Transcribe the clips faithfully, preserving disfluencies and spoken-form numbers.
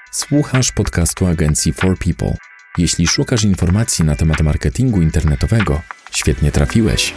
Słuchasz podcastu agencji For People. Jeśli szukasz informacji na temat marketingu internetowego, świetnie trafiłeś.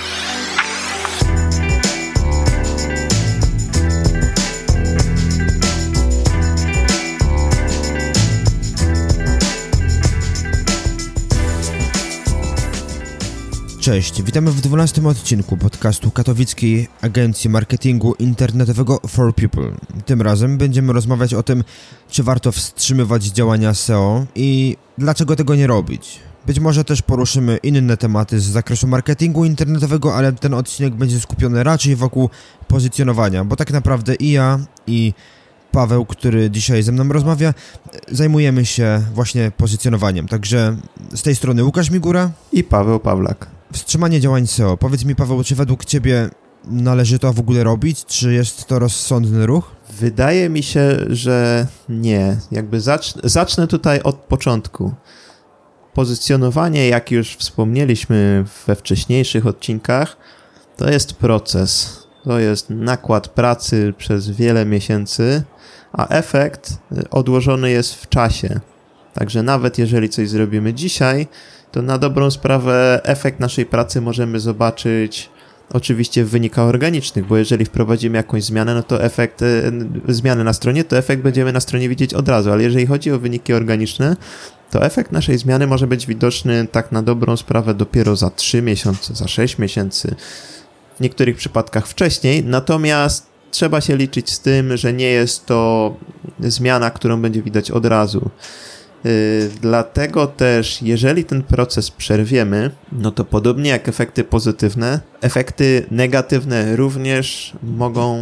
Cześć, witamy w dwunastym odcinku podcastu katowickiej agencji marketingu internetowego For People. Tym razem będziemy rozmawiać o tym, czy warto wstrzymywać działania S E O i dlaczego tego nie robić. Być może też poruszymy inne tematy z zakresu marketingu internetowego, ale ten odcinek będzie skupiony raczej wokół pozycjonowania, bo tak naprawdę i ja, i Paweł, który dzisiaj ze mną rozmawia, zajmujemy się właśnie pozycjonowaniem. Także z tej strony Łukasz Migura i Paweł Pawlak. Wstrzymanie działań S E O. Powiedz mi, Paweł, czy według Ciebie należy to w ogóle robić? Czy jest to rozsądny ruch? Wydaje mi się, że nie. Jakby zacz- zacznę tutaj od początku. Pozycjonowanie, jak już wspomnieliśmy we wcześniejszych odcinkach, to jest proces. To jest nakład pracy przez wiele miesięcy, a efekt odłożony jest w czasie. Także nawet jeżeli coś zrobimy dzisiaj, to na dobrą sprawę efekt naszej pracy możemy zobaczyć oczywiście w wynikach organicznych, bo jeżeli wprowadzimy jakąś zmianę, no to efekt, zmiany na stronie, to efekt będziemy na stronie widzieć od razu, ale jeżeli chodzi o wyniki organiczne, to efekt naszej zmiany może być widoczny tak na dobrą sprawę dopiero za trzy miesiące, za sześć miesięcy, w niektórych przypadkach wcześniej, natomiast trzeba się liczyć z tym, że nie jest to zmiana, którą będzie widać od razu. Yy, dlatego też, jeżeli ten proces przerwiemy, no to podobnie jak efekty pozytywne, efekty negatywne również mogą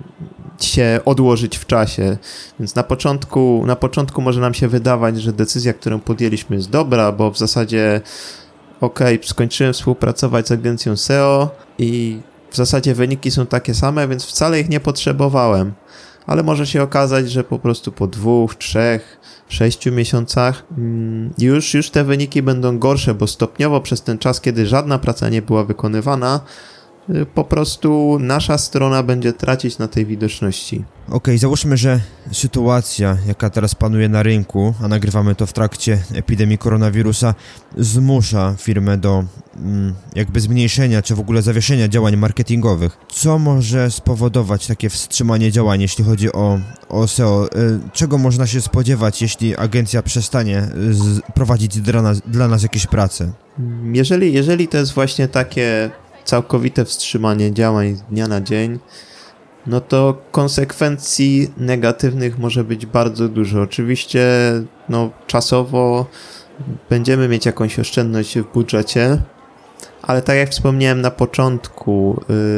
się odłożyć w czasie. Więc na początku, na początku może nam się wydawać, że decyzja, którą podjęliśmy, jest dobra, bo w zasadzie okej, okay, skończyłem współpracować z agencją S E O i w zasadzie wyniki są takie same, więc wcale ich nie potrzebowałem. Ale może się okazać, że po prostu po dwóch, trzech, sześciu miesiącach już, już te wyniki będą gorsze, bo stopniowo przez ten czas, kiedy żadna praca nie była wykonywana, po prostu nasza strona będzie tracić na tej widoczności. Okej, okay, załóżmy, że sytuacja, jaka teraz panuje na rynku, a nagrywamy to w trakcie epidemii koronawirusa, zmusza firmę do mm, jakby zmniejszenia, czy w ogóle zawieszenia działań marketingowych. Co może spowodować takie wstrzymanie działań, jeśli chodzi o, o S E O? Czego można się spodziewać, jeśli agencja przestanie z, prowadzić dla nas, dla nas jakieś prace? Jeżeli, jeżeli to jest właśnie takie całkowite wstrzymanie działań z dnia na dzień, no to konsekwencji negatywnych może być bardzo dużo. Oczywiście no, czasowo będziemy mieć jakąś oszczędność w budżecie, ale tak jak wspomniałem na początku,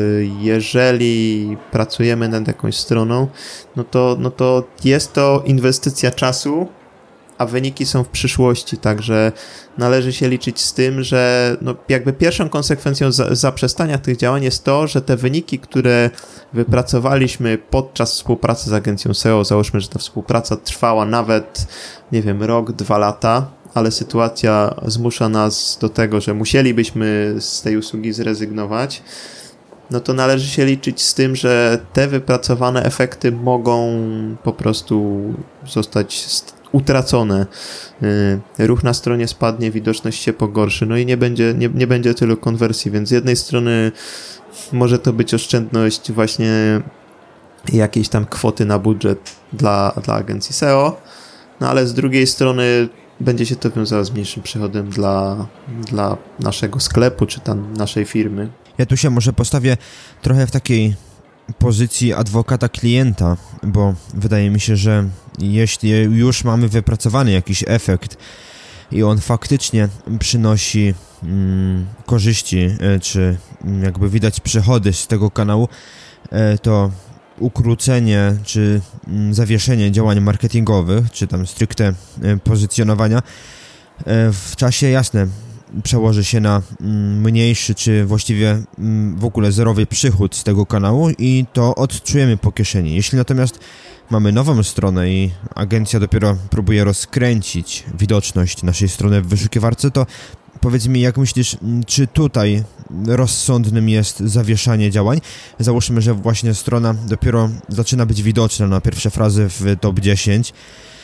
jeżeli pracujemy nad jakąś stroną, no to, no to jest to inwestycja czasu, a wyniki są w przyszłości, także należy się liczyć z tym, że no jakby pierwszą konsekwencją za, zaprzestania tych działań jest to, że te wyniki, które wypracowaliśmy podczas współpracy z agencją S E O, załóżmy, że ta współpraca trwała nawet, nie wiem, rok, dwa lata, ale sytuacja zmusza nas do tego, że musielibyśmy z tej usługi zrezygnować, no to należy się liczyć z tym, że te wypracowane efekty mogą po prostu zostać utracone. Ruch na stronie spadnie, widoczność się pogorszy, no i nie będzie, nie, nie będzie tylu konwersji, więc z jednej strony może to być oszczędność właśnie jakiejś tam kwoty na budżet dla, dla agencji S E O, no ale z drugiej strony będzie się to wiązało z mniejszym przychodem dla, dla naszego sklepu, czy tam naszej firmy. Ja tu się może postawię trochę w takiej pozycji adwokata klienta, bo wydaje mi się, że jeśli już mamy wypracowany jakiś efekt i on faktycznie przynosi mm, korzyści, czy jakby widać przychody z tego kanału, to ukrócenie czy zawieszenie działań marketingowych, czy tam stricte pozycjonowania w czasie, jasne, przełoży się na mniejszy, czy właściwie w ogóle zerowy przychód z tego kanału i to odczujemy po kieszeni. Jeśli natomiast mamy nową stronę i agencja dopiero próbuje rozkręcić widoczność naszej strony w wyszukiwarce, to powiedz mi, jak myślisz, czy tutaj rozsądnym jest zawieszanie działań? Załóżmy, że właśnie strona dopiero zaczyna być widoczna na pierwsze frazy w top dziesięć.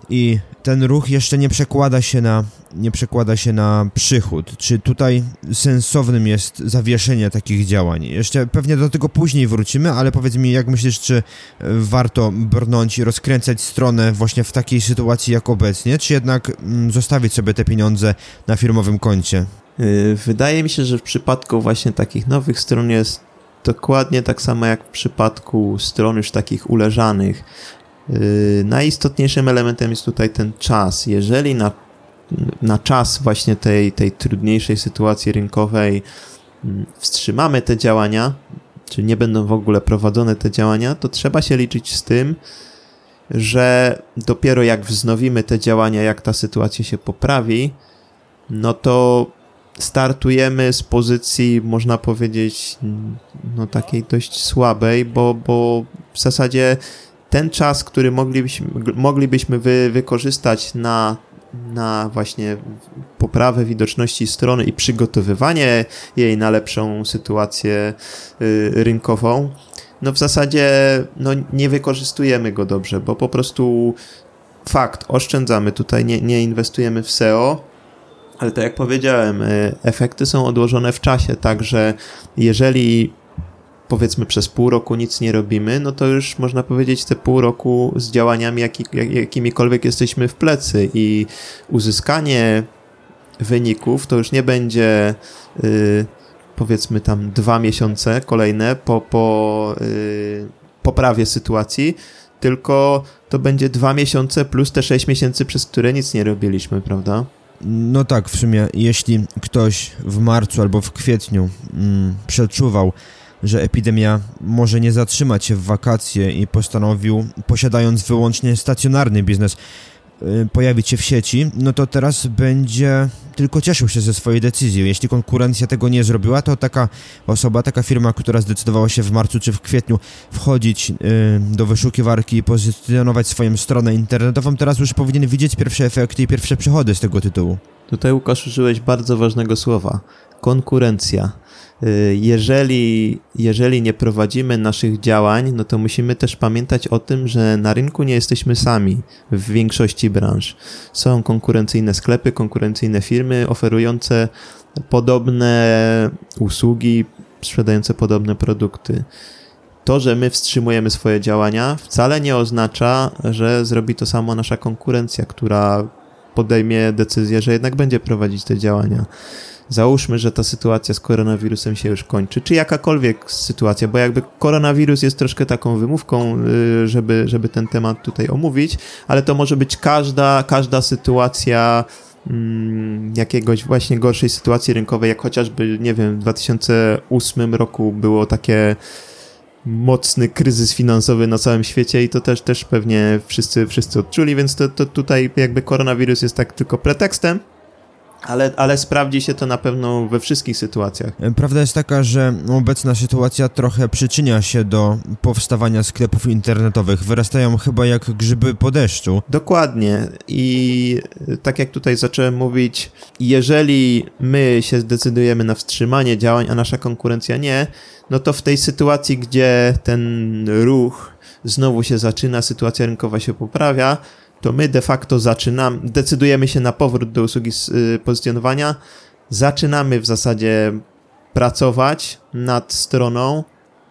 i ten ruch jeszcze nie przekłada się na, nie przekłada się na przychód. Czy tutaj sensownym jest zawieszenie takich działań? Jeszcze pewnie do tego później wrócimy, ale powiedz mi, jak myślisz, czy warto brnąć i rozkręcać stronę właśnie w takiej sytuacji jak obecnie, czy jednak zostawić sobie te pieniądze na firmowym koncie? Wydaje mi się, że w przypadku właśnie takich nowych stron jest dokładnie tak samo jak w przypadku stron już takich uleżanych. Najistotniejszym elementem jest tutaj ten czas. Jeżeli na, na czas właśnie tej, tej trudniejszej sytuacji rynkowej wstrzymamy te działania, czy nie będą w ogóle prowadzone te działania, to trzeba się liczyć z tym, że dopiero jak wznowimy te działania, jak ta sytuacja się poprawi, no to startujemy z pozycji, można powiedzieć, no takiej dość słabej, bo, bo w zasadzie ten czas, który moglibyśmy, moglibyśmy wy, wykorzystać na, na właśnie poprawę widoczności strony i przygotowywanie jej na lepszą sytuację y, rynkową, no w zasadzie no nie wykorzystujemy go dobrze, bo po prostu fakt, oszczędzamy tutaj, nie, nie inwestujemy w S E O, ale tak jak powiedziałem, efekty są odłożone w czasie, także jeżeli powiedzmy przez pół roku nic nie robimy, no to już można powiedzieć te pół roku z działaniami jaki, jakimikolwiek jesteśmy w plecy i uzyskanie wyników to już nie będzie yy, powiedzmy tam dwa miesiące kolejne po, po yy, poprawie sytuacji, tylko to będzie dwa miesiące plus te sześć miesięcy, przez które nic nie robiliśmy, prawda? No tak, w sumie jeśli ktoś w marcu albo w kwietniu mm, przeczuwał, że epidemia może nie zatrzymać się w wakacje i postanowił, posiadając wyłącznie stacjonarny biznes, yy, pojawić się w sieci, no to teraz będzie tylko cieszył się ze swojej decyzji. Jeśli konkurencja tego nie zrobiła, to taka osoba, taka firma, która zdecydowała się w marcu czy w kwietniu wchodzić yy, do wyszukiwarki i pozycjonować swoją stronę internetową, teraz już powinien widzieć pierwsze efekty i pierwsze przychody z tego tytułu. Tutaj, Łukasz, użyłeś bardzo ważnego słowa. Konkurencja. Jeżeli, jeżeli nie prowadzimy naszych działań, no to musimy też pamiętać o tym, że na rynku nie jesteśmy sami w większości branż. Są konkurencyjne sklepy, konkurencyjne firmy oferujące podobne usługi, sprzedające podobne produkty. To, że my wstrzymujemy swoje działania, wcale nie oznacza, że zrobi to samo nasza konkurencja, która podejmie decyzję, że jednak będzie prowadzić te działania. Załóżmy, że ta sytuacja z koronawirusem się już kończy, czy jakakolwiek sytuacja, bo jakby koronawirus jest troszkę taką wymówką, żeby, żeby ten temat tutaj omówić, ale to może być każda, każda sytuacja mm, jakiegoś właśnie gorszej sytuacji rynkowej, jak chociażby, nie wiem, w dwa tysiące ósmym roku było takie mocny kryzys finansowy na całym świecie i to też, też pewnie wszyscy, wszyscy odczuli, więc to, to tutaj jakby koronawirus jest tak tylko pretekstem, Ale, ale sprawdzi się to na pewno we wszystkich sytuacjach. Prawda jest taka, że obecna sytuacja trochę przyczynia się do powstawania sklepów internetowych. Wyrastają chyba jak grzyby po deszczu. Dokładnie. I tak jak tutaj zacząłem mówić, jeżeli my się zdecydujemy na wstrzymanie działań, a nasza konkurencja nie, no to w tej sytuacji, gdzie ten ruch znowu się zaczyna, sytuacja rynkowa się poprawia, to my de facto zaczynamy, decydujemy się na powrót do usługi y, pozycjonowania, zaczynamy w zasadzie pracować nad stroną,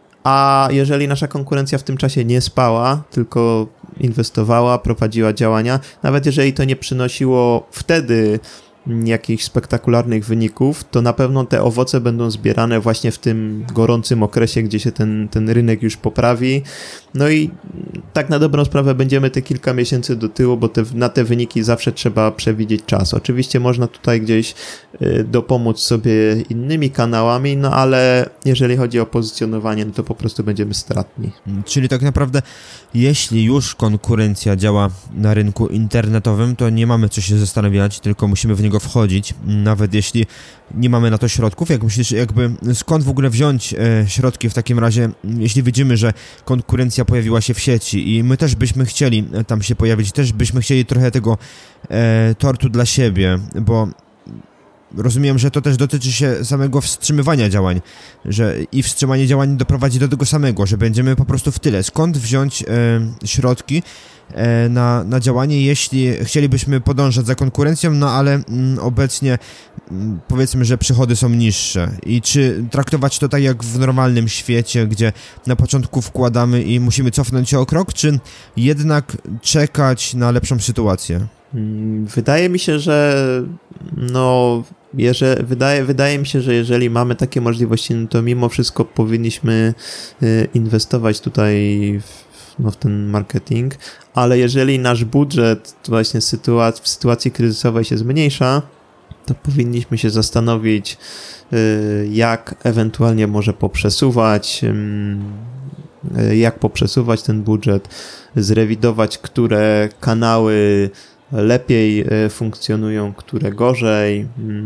a jeżeli nasza konkurencja w tym czasie nie spała, tylko inwestowała, prowadziła działania, nawet jeżeli to nie przynosiło wtedy jakichś spektakularnych wyników, to na pewno te owoce będą zbierane właśnie w tym gorącym okresie, gdzie się ten, ten rynek już poprawi. No i tak na dobrą sprawę będziemy te kilka miesięcy do tyłu, bo te, na te wyniki zawsze trzeba przewidzieć czas. Oczywiście można tutaj gdzieś y, dopomóc sobie innymi kanałami, no ale jeżeli chodzi o pozycjonowanie, no to po prostu będziemy stratni. Czyli tak naprawdę, jeśli już konkurencja działa na rynku internetowym, to nie mamy co się zastanawiać, tylko musimy w niego wchodzić, nawet jeśli nie mamy na to środków. Jak myślisz, jakby skąd w ogóle wziąć e, środki w takim razie, jeśli widzimy, że konkurencja pojawiła się w sieci i my też byśmy chcieli tam się pojawić, też byśmy chcieli trochę tego e, tortu dla siebie, bo rozumiem, że to też dotyczy się samego wstrzymywania działań, że i wstrzymanie działań doprowadzi do tego samego, że będziemy po prostu w tyle. Skąd wziąć e, środki, na, na działanie, jeśli chcielibyśmy podążać za konkurencją, no ale mm, obecnie mm, powiedzmy, że przychody są niższe. I czy traktować to tak jak w normalnym świecie, gdzie na początku wkładamy i musimy cofnąć się o krok, czy jednak czekać na lepszą sytuację? Wydaje mi się, że no, jeżeli, wydaje, wydaje mi się, że jeżeli mamy takie możliwości, no to mimo wszystko powinniśmy inwestować tutaj w, no, w ten marketing, ale jeżeli nasz budżet właśnie sytuac- w sytuacji kryzysowej się zmniejsza, to powinniśmy się zastanowić, jak ewentualnie może poprzesuwać, jak poprzesuwać ten budżet, zrewidować, które kanały lepiej funkcjonują, które gorzej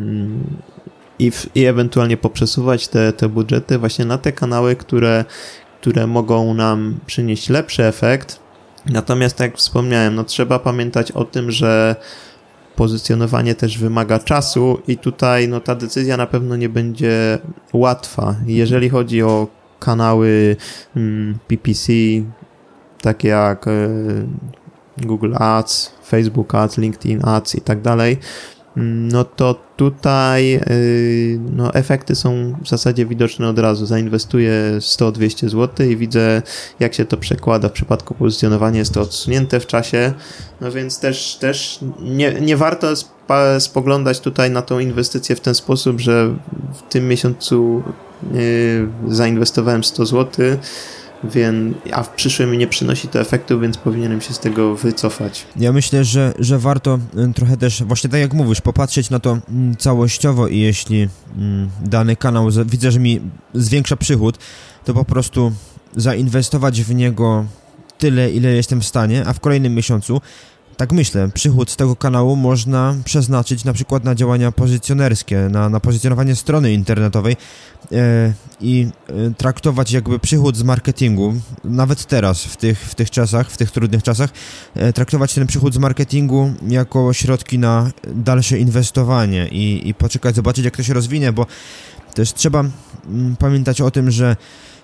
i, w, i ewentualnie poprzesuwać te, te budżety właśnie na te kanały, które, które mogą nam przynieść lepszy efekt. Natomiast tak jak wspomniałem, no trzeba pamiętać o tym, że pozycjonowanie też wymaga czasu i tutaj no ta decyzja na pewno nie będzie łatwa. Jeżeli chodzi o kanały mm, P P C, takie jak y, Google Ads, Facebook Ads, LinkedIn Ads i tak dalej, no to tutaj y, no efekty są w zasadzie widoczne od razu. Zainwestuję sto do dwustu złotych i widzę, jak się to przekłada. W przypadku pozycjonowania jest to odsunięte w czasie, no więc też, też nie, nie warto spa- spoglądać tutaj na tą inwestycję w ten sposób, że w tym miesiącu y, zainwestowałem sto złotych, Więc, a w przyszłym mi nie przynosi to efektu, więc powinienem się z tego wycofać. Ja myślę, że, że warto trochę też, właśnie tak jak mówisz, popatrzeć na to całościowo i jeśli dany kanał widzę, że mi zwiększa przychód, to po prostu zainwestować w niego tyle, ile jestem w stanie, a w kolejnym miesiącu, tak myślę, przychód z tego kanału można przeznaczyć na przykład na działania pozycjonerskie, na, na pozycjonowanie strony internetowej e, i e, traktować jakby przychód z marketingu, nawet teraz, w tych, w tych czasach, w tych trudnych czasach, e, traktować ten przychód z marketingu jako środki na dalsze inwestowanie i, i poczekać, zobaczyć, jak to się rozwinie, bo też trzeba mm, pamiętać o tym, że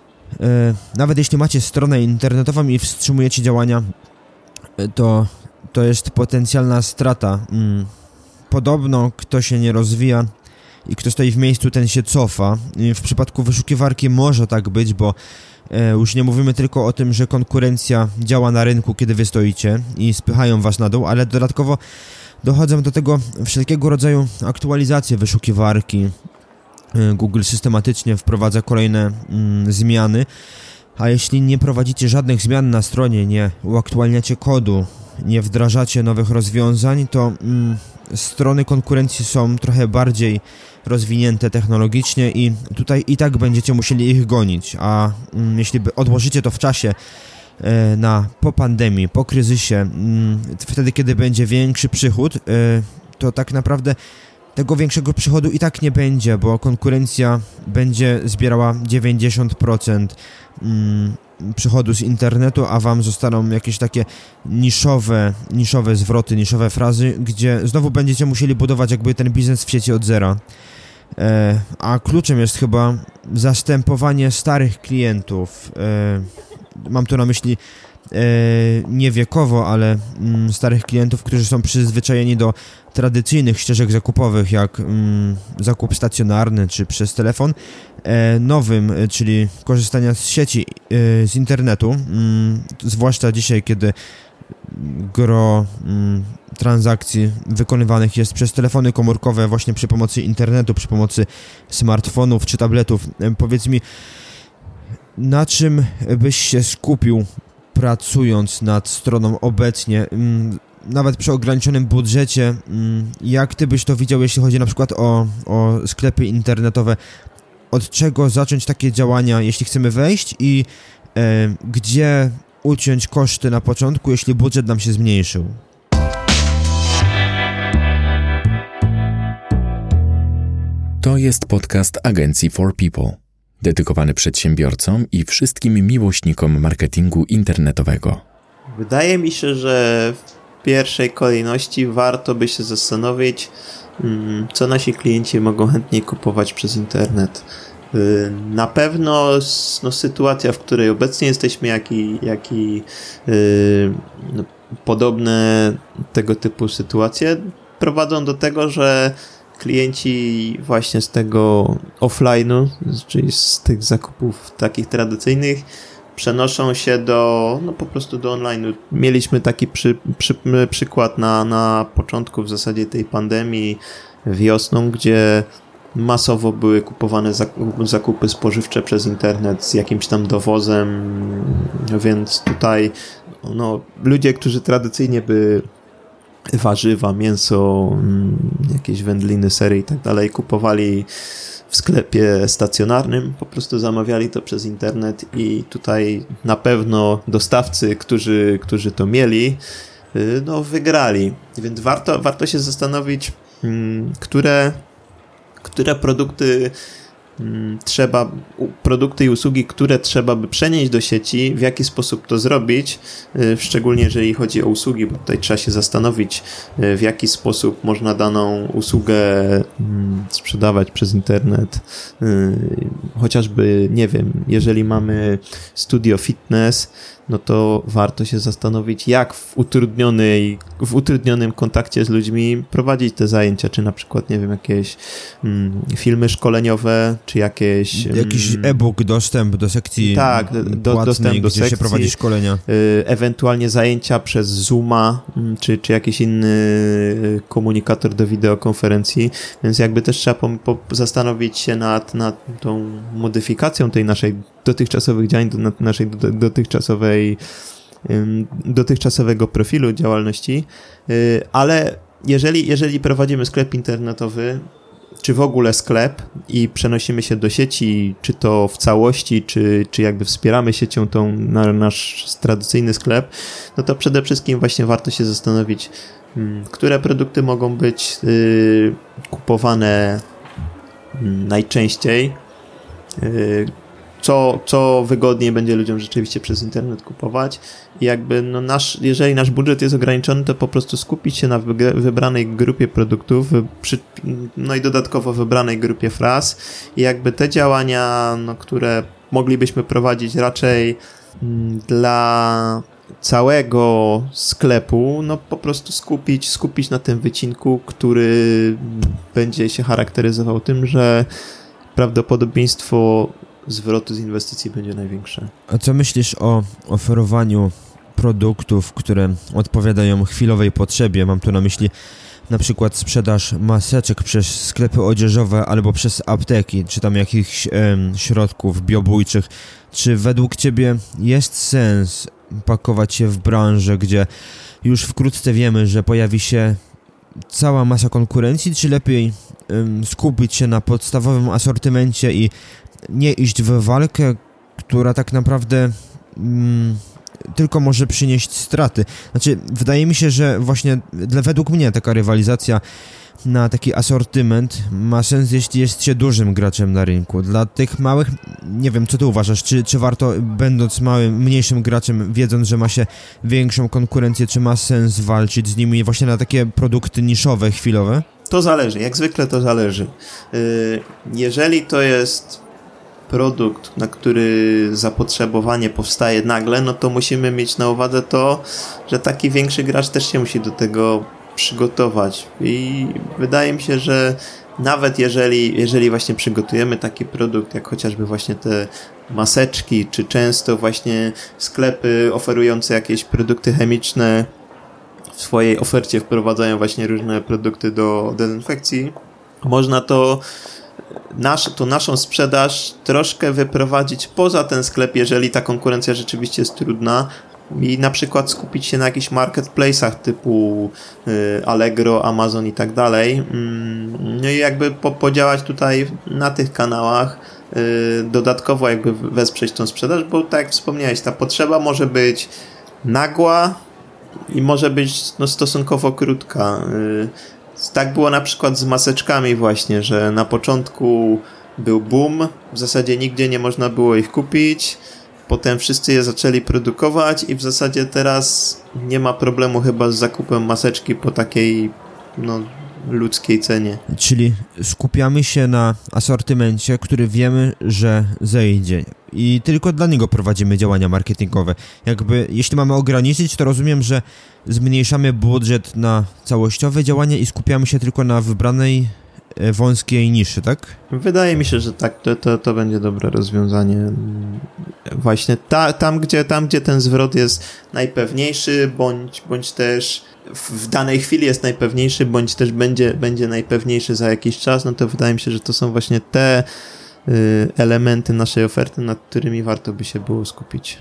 e, nawet jeśli macie stronę internetową i wstrzymujecie działania, e, to to jest potencjalna strata. Mm. Podobno kto się nie rozwija i kto stoi w miejscu, ten się cofa. I w przypadku wyszukiwarki może tak być, bo e, już nie mówimy tylko o tym, że konkurencja działa na rynku, kiedy wy stoicie i spychają was na dół, ale dodatkowo dochodzą do tego wszelkiego rodzaju aktualizacje wyszukiwarki. E, Google systematycznie wprowadza kolejne mm, zmiany, a jeśli nie prowadzicie żadnych zmian na stronie, nie uaktualniacie kodu, nie wdrażacie nowych rozwiązań, to mm, strony konkurencji są trochę bardziej rozwinięte technologicznie i tutaj i tak będziecie musieli ich gonić, a mm, jeśli odłożycie to w czasie e, na po pandemii, po kryzysie, mm, wtedy kiedy będzie większy przychód, e, to tak naprawdę tego większego przychodu i tak nie będzie, bo konkurencja będzie zbierała dziewięćdziesiąt procent mm, przychodu z internetu, a wam zostaną jakieś takie niszowe, niszowe zwroty, niszowe frazy, gdzie znowu będziecie musieli budować jakby ten biznes w sieci od zera. E, a kluczem jest chyba zastępowanie starych klientów. E, mam tu na myśli e, nie wiekowo, ale mm, starych klientów, którzy są przyzwyczajeni do tradycyjnych ścieżek zakupowych, jak mm, zakup stacjonarny czy przez telefon, e, nowym, czyli korzystania z sieci, e, z internetu, mm, zwłaszcza dzisiaj, kiedy gro mm, transakcji wykonywanych jest przez telefony komórkowe właśnie przy pomocy internetu, przy pomocy smartfonów czy tabletów. E, powiedz mi, na czym byś się skupił pracując nad stroną obecnie, mm, nawet przy ograniczonym budżecie, jak ty byś to widział, jeśli chodzi na przykład o, o sklepy internetowe? Od czego zacząć takie działania, jeśli chcemy wejść i e, gdzie uciąć koszty na początku, jeśli budżet nam się zmniejszył? To jest podcast agencji For People, dedykowany przedsiębiorcom i wszystkim miłośnikom marketingu internetowego. Wydaje mi się, że w pierwszej kolejności warto by się zastanowić, co nasi klienci mogą chętniej kupować przez internet. Na pewno no, sytuacja, w której obecnie jesteśmy, jak i, jak i no, podobne tego typu sytuacje prowadzą do tego, że klienci właśnie z tego offline'u, czyli z tych zakupów takich tradycyjnych, przenoszą się do, no po prostu do online'u. Mieliśmy taki przy, przy, przykład na, na początku w zasadzie tej pandemii wiosną, gdzie masowo były kupowane zakupy spożywcze przez internet z jakimś tam dowozem, więc tutaj no, ludzie, którzy tradycyjnie by warzywa, mięso, jakieś wędliny, sery i tak dalej kupowali w sklepie stacjonarnym, po prostu zamawiali to przez internet i tutaj na pewno dostawcy, którzy, którzy to mieli, no wygrali. Więc warto, warto się zastanowić, które, które produkty trzeba, produkty i usługi, które trzeba by przenieść do sieci, w jaki sposób to zrobić, szczególnie jeżeli chodzi o usługi, bo tutaj trzeba się zastanowić, w jaki sposób można daną usługę sprzedawać przez internet. Chociażby, nie wiem, jeżeli mamy studio fitness, no to warto się zastanowić, jak w utrudnionej, w utrudnionym kontakcie z ludźmi prowadzić te zajęcia, czy na przykład, nie wiem, jakieś mm, filmy szkoleniowe, czy jakieś... Jakiś mm, e-book, dostęp do sekcji tak, do, płatnej, dostęp do gdzie sekcji, się prowadzi szkolenia. Y, ewentualnie zajęcia przez Zooma, y, czy, czy jakiś inny komunikator do wideokonferencji, więc jakby też trzeba po, po zastanowić się nad, nad tą modyfikacją tej naszej dotychczasowych działań, nad naszej do, dotychczasowej dotychczasowego profilu działalności, ale jeżeli, jeżeli prowadzimy sklep internetowy, czy w ogóle sklep i przenosimy się do sieci, czy to w całości, czy, czy jakby wspieramy siecią tą na nasz tradycyjny sklep, no to przede wszystkim właśnie warto się zastanowić, które produkty mogą być kupowane najczęściej, co, co wygodniej będzie ludziom rzeczywiście przez internet kupować i jakby no nasz, jeżeli nasz budżet jest ograniczony, to po prostu skupić się na wybranej grupie produktów, przy, no i dodatkowo wybranej grupie fraz i jakby te działania, no, które moglibyśmy prowadzić raczej dla całego sklepu, no po prostu skupić, skupić na tym wycinku, który będzie się charakteryzował tym, że prawdopodobieństwo zwrotu z inwestycji będzie największe. A co myślisz o oferowaniu produktów, które odpowiadają chwilowej potrzebie? Mam tu na myśli na przykład sprzedaż maseczek przez sklepy odzieżowe albo przez apteki, czy tam jakichś em, środków biobójczych. Czy według Ciebie jest sens pakować się w branżę, gdzie już wkrótce wiemy, że pojawi się cała masa konkurencji, czy lepiej em, skupić się na podstawowym asortymencie i nie iść w walkę, która tak naprawdę mm, tylko może przynieść straty. Znaczy, wydaje mi się, że właśnie dla, według mnie taka rywalizacja na taki asortyment ma sens, jeśli jest się dużym graczem na rynku. Dla tych małych, nie wiem, co ty uważasz, czy, czy warto, będąc małym, mniejszym graczem, wiedząc, że ma się większą konkurencję, czy ma sens walczyć z nimi właśnie na takie produkty niszowe, chwilowe? To zależy, jak zwykle to zależy. Jeżeli to jest produkt, na który zapotrzebowanie powstaje nagle, no to musimy mieć na uwadze to, że taki większy gracz też się musi do tego przygotować i wydaje mi się, że nawet jeżeli, jeżeli właśnie przygotujemy taki produkt, jak chociażby właśnie te maseczki, czy często właśnie sklepy oferujące jakieś produkty chemiczne w swojej ofercie wprowadzają właśnie różne produkty do dezynfekcji, można to Nasz, to naszą sprzedaż troszkę wyprowadzić poza ten sklep, jeżeli ta konkurencja rzeczywiście jest trudna i na przykład skupić się na jakichś marketplace'ach typu y, Allegro, Amazon i tak dalej. No i jakby po, podziałać tutaj na tych kanałach, y, dodatkowo jakby wesprzeć tą sprzedaż, bo tak jak wspomniałeś, ta potrzeba może być nagła i może być no, stosunkowo krótka. Y, Tak było na przykład z maseczkami właśnie, że na początku był boom, w zasadzie nigdzie nie można było ich kupić, potem wszyscy je zaczęli produkować i w zasadzie teraz nie ma problemu chyba z zakupem maseczki po takiej no, ludzkiej cenie. Czyli skupiamy się na asortymencie, który wiemy, że zejdzie. i tylko dla niego prowadzimy działania marketingowe. Jakby, jeśli mamy ograniczyć, to rozumiem, że zmniejszamy budżet na całościowe działania i skupiamy się tylko na wybranej e, wąskiej niszy, tak? Wydaje mi się, że tak, to, to, to będzie dobre rozwiązanie. Właśnie ta, tam, gdzie, tam, gdzie ten zwrot jest najpewniejszy, bądź, bądź też w danej chwili jest najpewniejszy, bądź też będzie, będzie najpewniejszy za jakiś czas, no to wydaje mi się, że to są właśnie te y, elementy naszej oferty, nad którymi warto by się było skupić.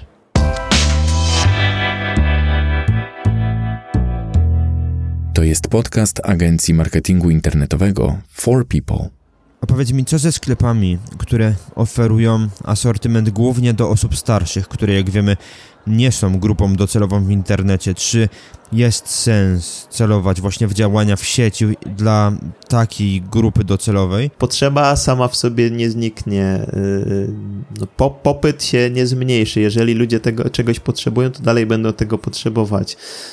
To jest podcast agencji marketingu internetowego For People. A powiedz mi, co ze sklepami, które oferują asortyment głównie do osób starszych, które jak wiemy nie są grupą docelową w internecie? Czy jest sens celować właśnie w działania w sieci dla takiej grupy docelowej? Potrzeba sama w sobie nie zniknie. No, po, popyt się nie zmniejszy. Jeżeli ludzie tego czegoś potrzebują, to dalej będą tego potrzebować.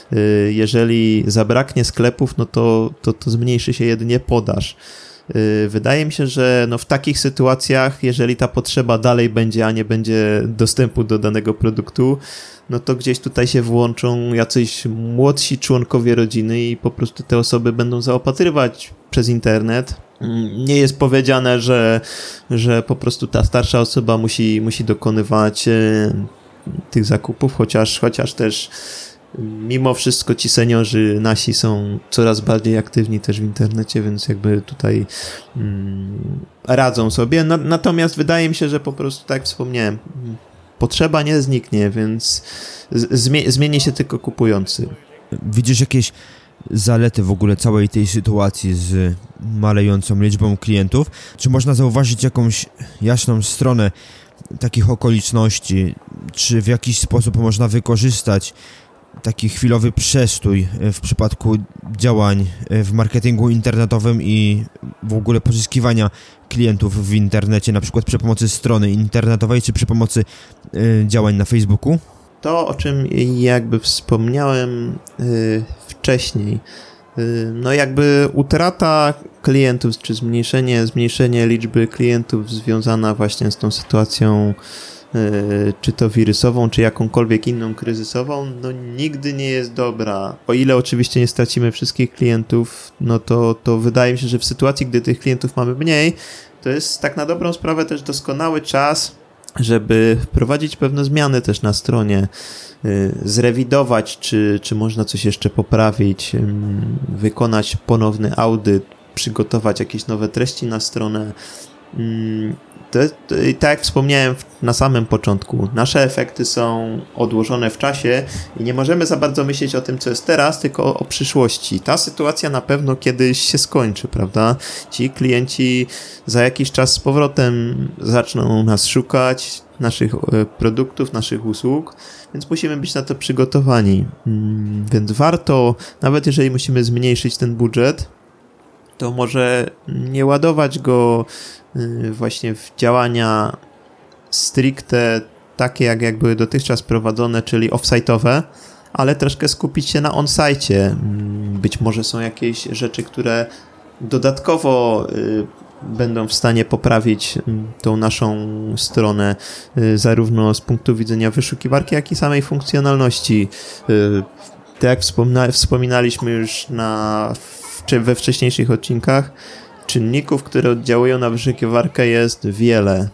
Jeżeli zabraknie sklepów, no to, to, to zmniejszy się jedynie podaż. Wydaje mi się, że no w takich sytuacjach, jeżeli ta potrzeba dalej będzie, a nie będzie dostępu do danego produktu, no to gdzieś tutaj się włączą jacyś młodsi członkowie rodziny i po prostu te osoby będą zaopatrywać przez internet. Nie jest powiedziane, że, że po prostu ta starsza osoba musi, musi dokonywać tych zakupów, chociaż, chociaż też mimo wszystko ci seniorzy nasi są coraz bardziej aktywni też w internecie, więc jakby tutaj mm, radzą sobie. Na, natomiast wydaje mi się, że po prostu, tak jak wspomniałem, potrzeba nie zniknie, więc zmie- zmieni się tylko kupujący. Widzisz jakieś zalety w ogóle całej tej sytuacji z malejącą liczbą klientów? Czy można zauważyć jakąś jasną stronę takich okoliczności? Czy w jakiś sposób można wykorzystać taki chwilowy przestój w przypadku działań w marketingu internetowym i w ogóle pozyskiwania klientów w internecie, na przykład przy pomocy strony internetowej, czy przy pomocy y, działań na Facebooku? To, o czym jakby wspomniałem y, wcześniej, y, no jakby utrata klientów, czy zmniejszenie, zmniejszenie liczby klientów związana właśnie z tą sytuacją, czy to wirusową, czy jakąkolwiek inną kryzysową, no nigdy nie jest dobra. O ile oczywiście nie stracimy wszystkich klientów, no to, to wydaje mi się, że w sytuacji, gdy tych klientów mamy mniej, to jest tak na dobrą sprawę też doskonały czas, żeby wprowadzić pewne zmiany też na stronie, zrewidować, czy, czy można coś jeszcze poprawić, wykonać ponowny audyt, przygotować jakieś nowe treści na stronę. To, to, tak jak wspomniałem na samym początku, nasze efekty są odłożone w czasie i nie możemy za bardzo myśleć o tym, co jest teraz, tylko o, o przyszłości. Ta sytuacja na pewno kiedyś się skończy, prawda? Ci klienci za jakiś czas z powrotem zaczną nas szukać, naszych produktów, naszych usług, więc musimy być na to przygotowani. Więc warto, nawet jeżeli musimy zmniejszyć ten budżet, to może nie ładować go właśnie w działania stricte takie, jak, jak były dotychczas prowadzone, czyli off-site'owe, ale troszkę skupić się na on-site. Być może są jakieś rzeczy, które dodatkowo będą w stanie poprawić tą naszą stronę, zarówno z punktu widzenia wyszukiwarki, jak i samej funkcjonalności. Tak jak wspomina- wspominaliśmy już na, czy we wcześniejszych odcinkach, czynników, które oddziałują na wyszukiwarkę jest wiele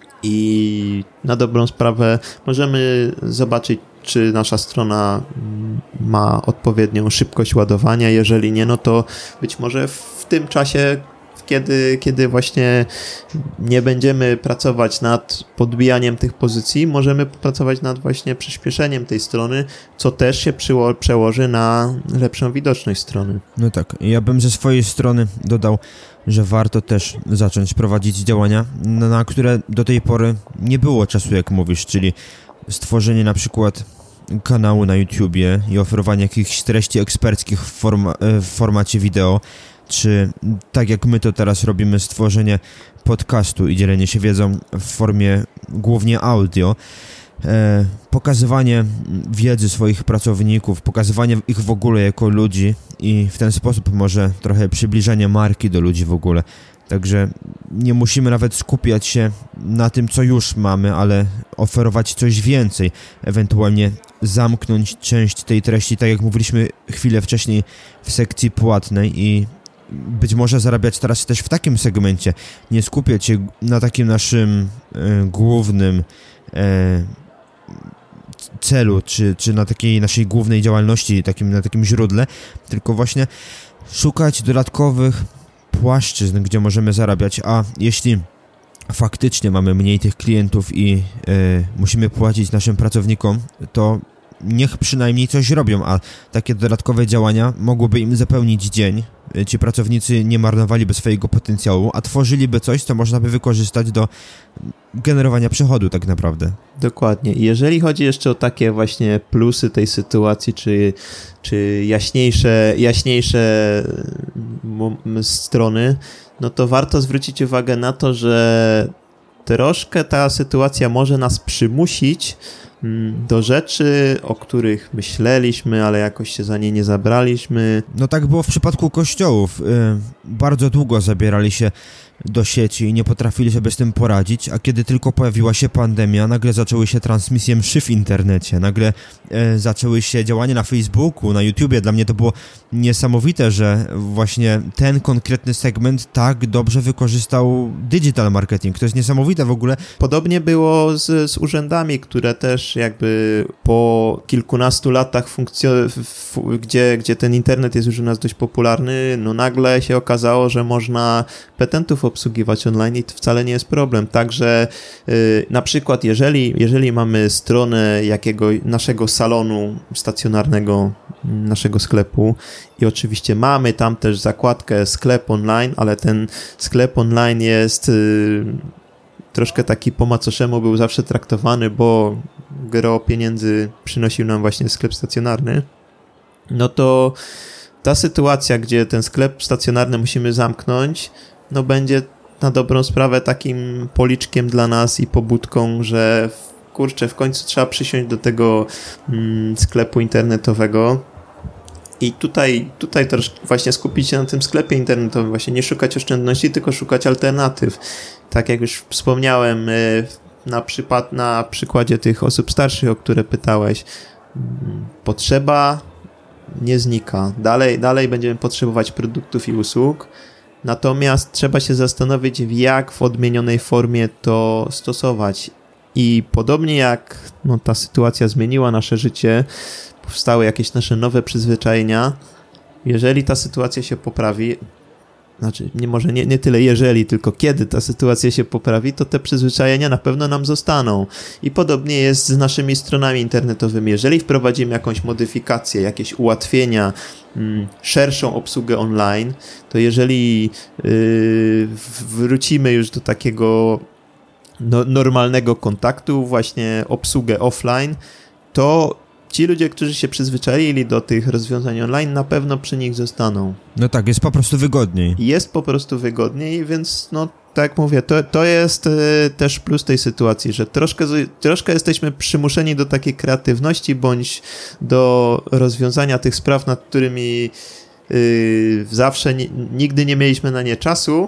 i na dobrą sprawę możemy zobaczyć, czy nasza strona ma odpowiednią szybkość ładowania. Jeżeli nie, no to być może w tym czasie, kiedy, kiedy właśnie nie będziemy pracować nad podbijaniem tych pozycji, możemy pracować nad właśnie przyspieszeniem tej strony, co też się przyło- przełoży na lepszą widoczność strony. No tak, ja bym ze swojej strony dodał, że warto też zacząć prowadzić działania, na które do tej pory nie było czasu, jak mówisz, czyli stworzenie na przykład kanału na YouTubie i oferowanie jakichś treści eksperckich w, forma- w formacie wideo, czy tak jak my to teraz robimy, stworzenie podcastu i dzielenie się wiedzą w formie głównie audio, e, pokazywanie wiedzy swoich pracowników, pokazywanie ich w ogóle jako ludzi i w ten sposób może trochę przybliżenie marki do ludzi w ogóle. Także nie musimy nawet skupiać się na tym, co już mamy, ale oferować coś więcej, ewentualnie zamknąć część tej treści, tak jak mówiliśmy chwilę wcześniej w sekcji płatnej i być może zarabiać teraz też w takim segmencie, nie skupiać się na takim naszym e, głównym e, celu, czy, czy na takiej naszej głównej działalności, takim, na takim źródle, tylko właśnie szukać dodatkowych płaszczyzn, gdzie możemy zarabiać, a jeśli faktycznie mamy mniej tych klientów i y, musimy płacić naszym pracownikom, to niech przynajmniej coś robią, a takie dodatkowe działania mogłyby im zapełnić dzień. Ci pracownicy nie marnowaliby swojego potencjału, a tworzyliby coś, co można by wykorzystać do generowania przychodu tak naprawdę. Dokładnie. I jeżeli chodzi jeszcze o takie właśnie plusy tej sytuacji, czy, czy jaśniejsze, jaśniejsze strony, no to warto zwrócić uwagę na to, że troszkę ta sytuacja może nas przymusić do rzeczy, o których myśleliśmy, ale jakoś się za nie nie zabraliśmy. No tak było w przypadku kościołów. Bardzo długo zabierali się do sieci i nie potrafili sobie z tym poradzić, a kiedy tylko pojawiła się pandemia, nagle zaczęły się transmisje mszy w internecie, nagle e, zaczęły się działania na Facebooku, na YouTubie. Dla mnie to było niesamowite, że właśnie ten konkretny segment tak dobrze wykorzystał digital marketing. To jest niesamowite w ogóle. Podobnie było z, z urzędami, które też jakby po kilkunastu latach funkcjo- f- gdzie, gdzie ten internet jest już u nas dość popularny, no nagle się okazało, że można petentów obsługiwać online i to wcale nie jest problem. Także yy, na przykład jeżeli, jeżeli mamy stronę jakiego naszego salonu stacjonarnego, naszego sklepu i oczywiście mamy tam też zakładkę sklep online, ale ten sklep online jest yy, troszkę taki po macoszemu był zawsze traktowany, bo gro pieniędzy przynosił nam właśnie sklep stacjonarny, no to ta sytuacja, gdzie ten sklep stacjonarny musimy zamknąć, no będzie na dobrą sprawę takim policzkiem dla nas i pobudką, że kurczę, w końcu trzeba przysiąść do tego mm, sklepu internetowego i tutaj, tutaj też właśnie skupić się na tym sklepie internetowym, właśnie nie szukać oszczędności, tylko szukać alternatyw. Tak jak już wspomniałem na, przypad- na przykładzie tych osób starszych, o które pytałeś, potrzeba nie znika. Dalej, dalej będziemy potrzebować produktów i usług, natomiast trzeba się zastanowić, jak w odmienionej formie to stosować. I podobnie jak no, ta sytuacja zmieniła nasze życie, powstały jakieś nasze nowe przyzwyczajenia, jeżeli ta sytuacja się poprawi, znaczy nie może nie, nie tyle jeżeli, tylko kiedy ta sytuacja się poprawi, to te przyzwyczajenia na pewno nam zostaną. I podobnie jest z naszymi stronami internetowymi. Jeżeli wprowadzimy jakąś modyfikację, jakieś ułatwienia, mm, szerszą obsługę online, to jeżeli yy, wrócimy już do takiego no, normalnego kontaktu, właśnie obsługę offline, to ci ludzie, którzy się przyzwyczaili do tych rozwiązań online, na pewno przy nich zostaną. No tak, jest po prostu wygodniej. Jest po prostu wygodniej, więc no tak jak mówię, to, to jest y, też plus tej sytuacji, że troszkę, troszkę jesteśmy przymuszeni do takiej kreatywności, bądź do rozwiązania tych spraw, nad którymi y, zawsze nie, nigdy nie mieliśmy na nie czasu,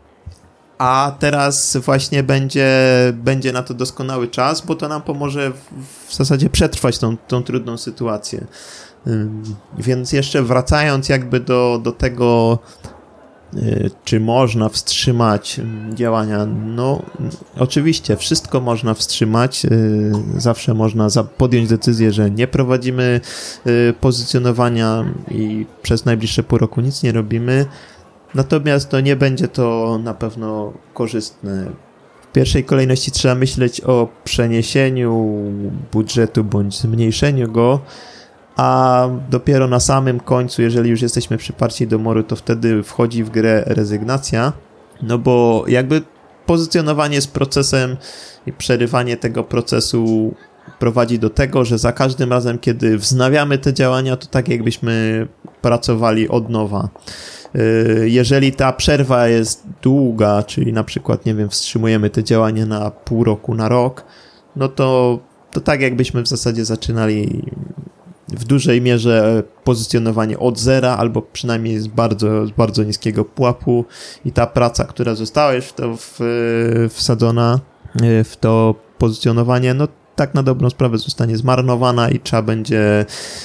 a teraz właśnie będzie, będzie na to doskonały czas, bo to nam pomoże w, w zasadzie przetrwać tą, tą trudną sytuację. Ym, więc jeszcze wracając jakby do, do tego, y, czy można wstrzymać działania, no oczywiście wszystko można wstrzymać, y, zawsze można za, podjąć decyzję, że nie prowadzimy y, pozycjonowania i przez najbliższe pół roku nic nie robimy. Natomiast to nie będzie to na pewno korzystne. W pierwszej kolejności trzeba myśleć o przeniesieniu budżetu bądź zmniejszeniu go, a dopiero na samym końcu, jeżeli już jesteśmy przyparci do moru, to wtedy wchodzi w grę rezygnacja, no bo jakby pozycjonowanie z procesem i przerywanie tego procesu prowadzi do tego, że za każdym razem, kiedy wznawiamy te działania, to tak jakbyśmy pracowali od nowa. Jeżeli ta przerwa jest długa, czyli na przykład, nie wiem, wstrzymujemy te działania na pół roku, na rok, no to, to tak jakbyśmy w zasadzie zaczynali w dużej mierze pozycjonowanie od zera, albo przynajmniej z bardzo, z bardzo niskiego pułapu i ta praca, która została już w to w, wsadzona w to pozycjonowanie, no tak na dobrą sprawę zostanie zmarnowana i trzeba będzie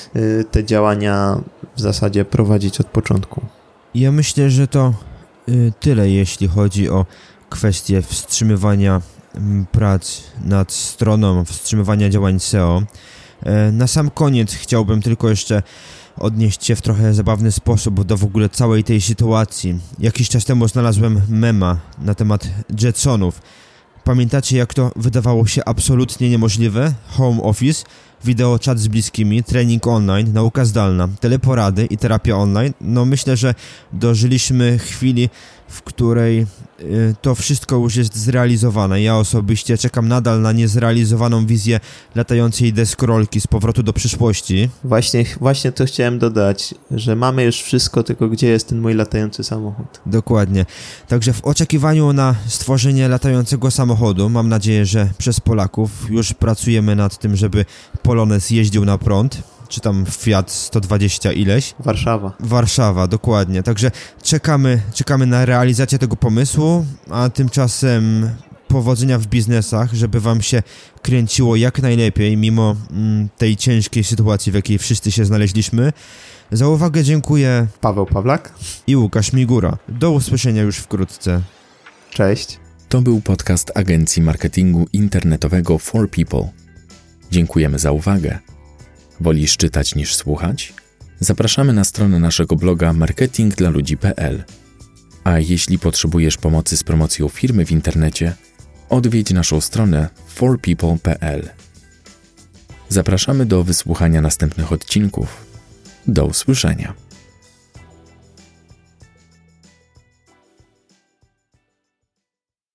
te działania w zasadzie prowadzić od początku. Ja myślę, że to tyle, jeśli chodzi o kwestię wstrzymywania prac nad stroną, wstrzymywania działań S E O. Na sam koniec chciałbym tylko jeszcze odnieść się w trochę zabawny sposób do w ogóle całej tej sytuacji. Jakiś czas temu znalazłem mema na temat Jetsonów. Pamiętacie, jak to wydawało się absolutnie niemożliwe? Home office, wideo chat z bliskimi, trening online, nauka zdalna, teleporady i terapia online. No myślę, że dożyliśmy chwili, w której y, to wszystko już jest zrealizowane. Ja osobiście czekam nadal na niezrealizowaną wizję latającej deskorolki z Powrotu do przyszłości. Właśnie, właśnie to chciałem dodać, że mamy już wszystko, tylko gdzie jest ten mój latający samochód? Dokładnie. Także w oczekiwaniu na stworzenie latającego samochodu, mam nadzieję, że przez Polaków, już pracujemy nad tym, żeby Polonez jeździł na prąd, czy tam Fiat sto dwadzieścia ileś. Warszawa. Warszawa, dokładnie. Także czekamy, czekamy na realizację tego pomysłu, a tymczasem powodzenia w biznesach, żeby wam się kręciło jak najlepiej, mimo mm, tej ciężkiej sytuacji, w jakiej wszyscy się znaleźliśmy. Za uwagę dziękuję Paweł Pawlak i Łukasz Migura. Do usłyszenia już wkrótce. Cześć. To był podcast agencji marketingu internetowego For People. Dziękujemy za uwagę. Wolisz czytać niż słuchać? Zapraszamy na stronę naszego bloga marketing dla ludzi kropka p l. A jeśli potrzebujesz pomocy z promocją firmy w internecie, odwiedź naszą stronę for people kropka p l. Zapraszamy do wysłuchania następnych odcinków. Do usłyszenia.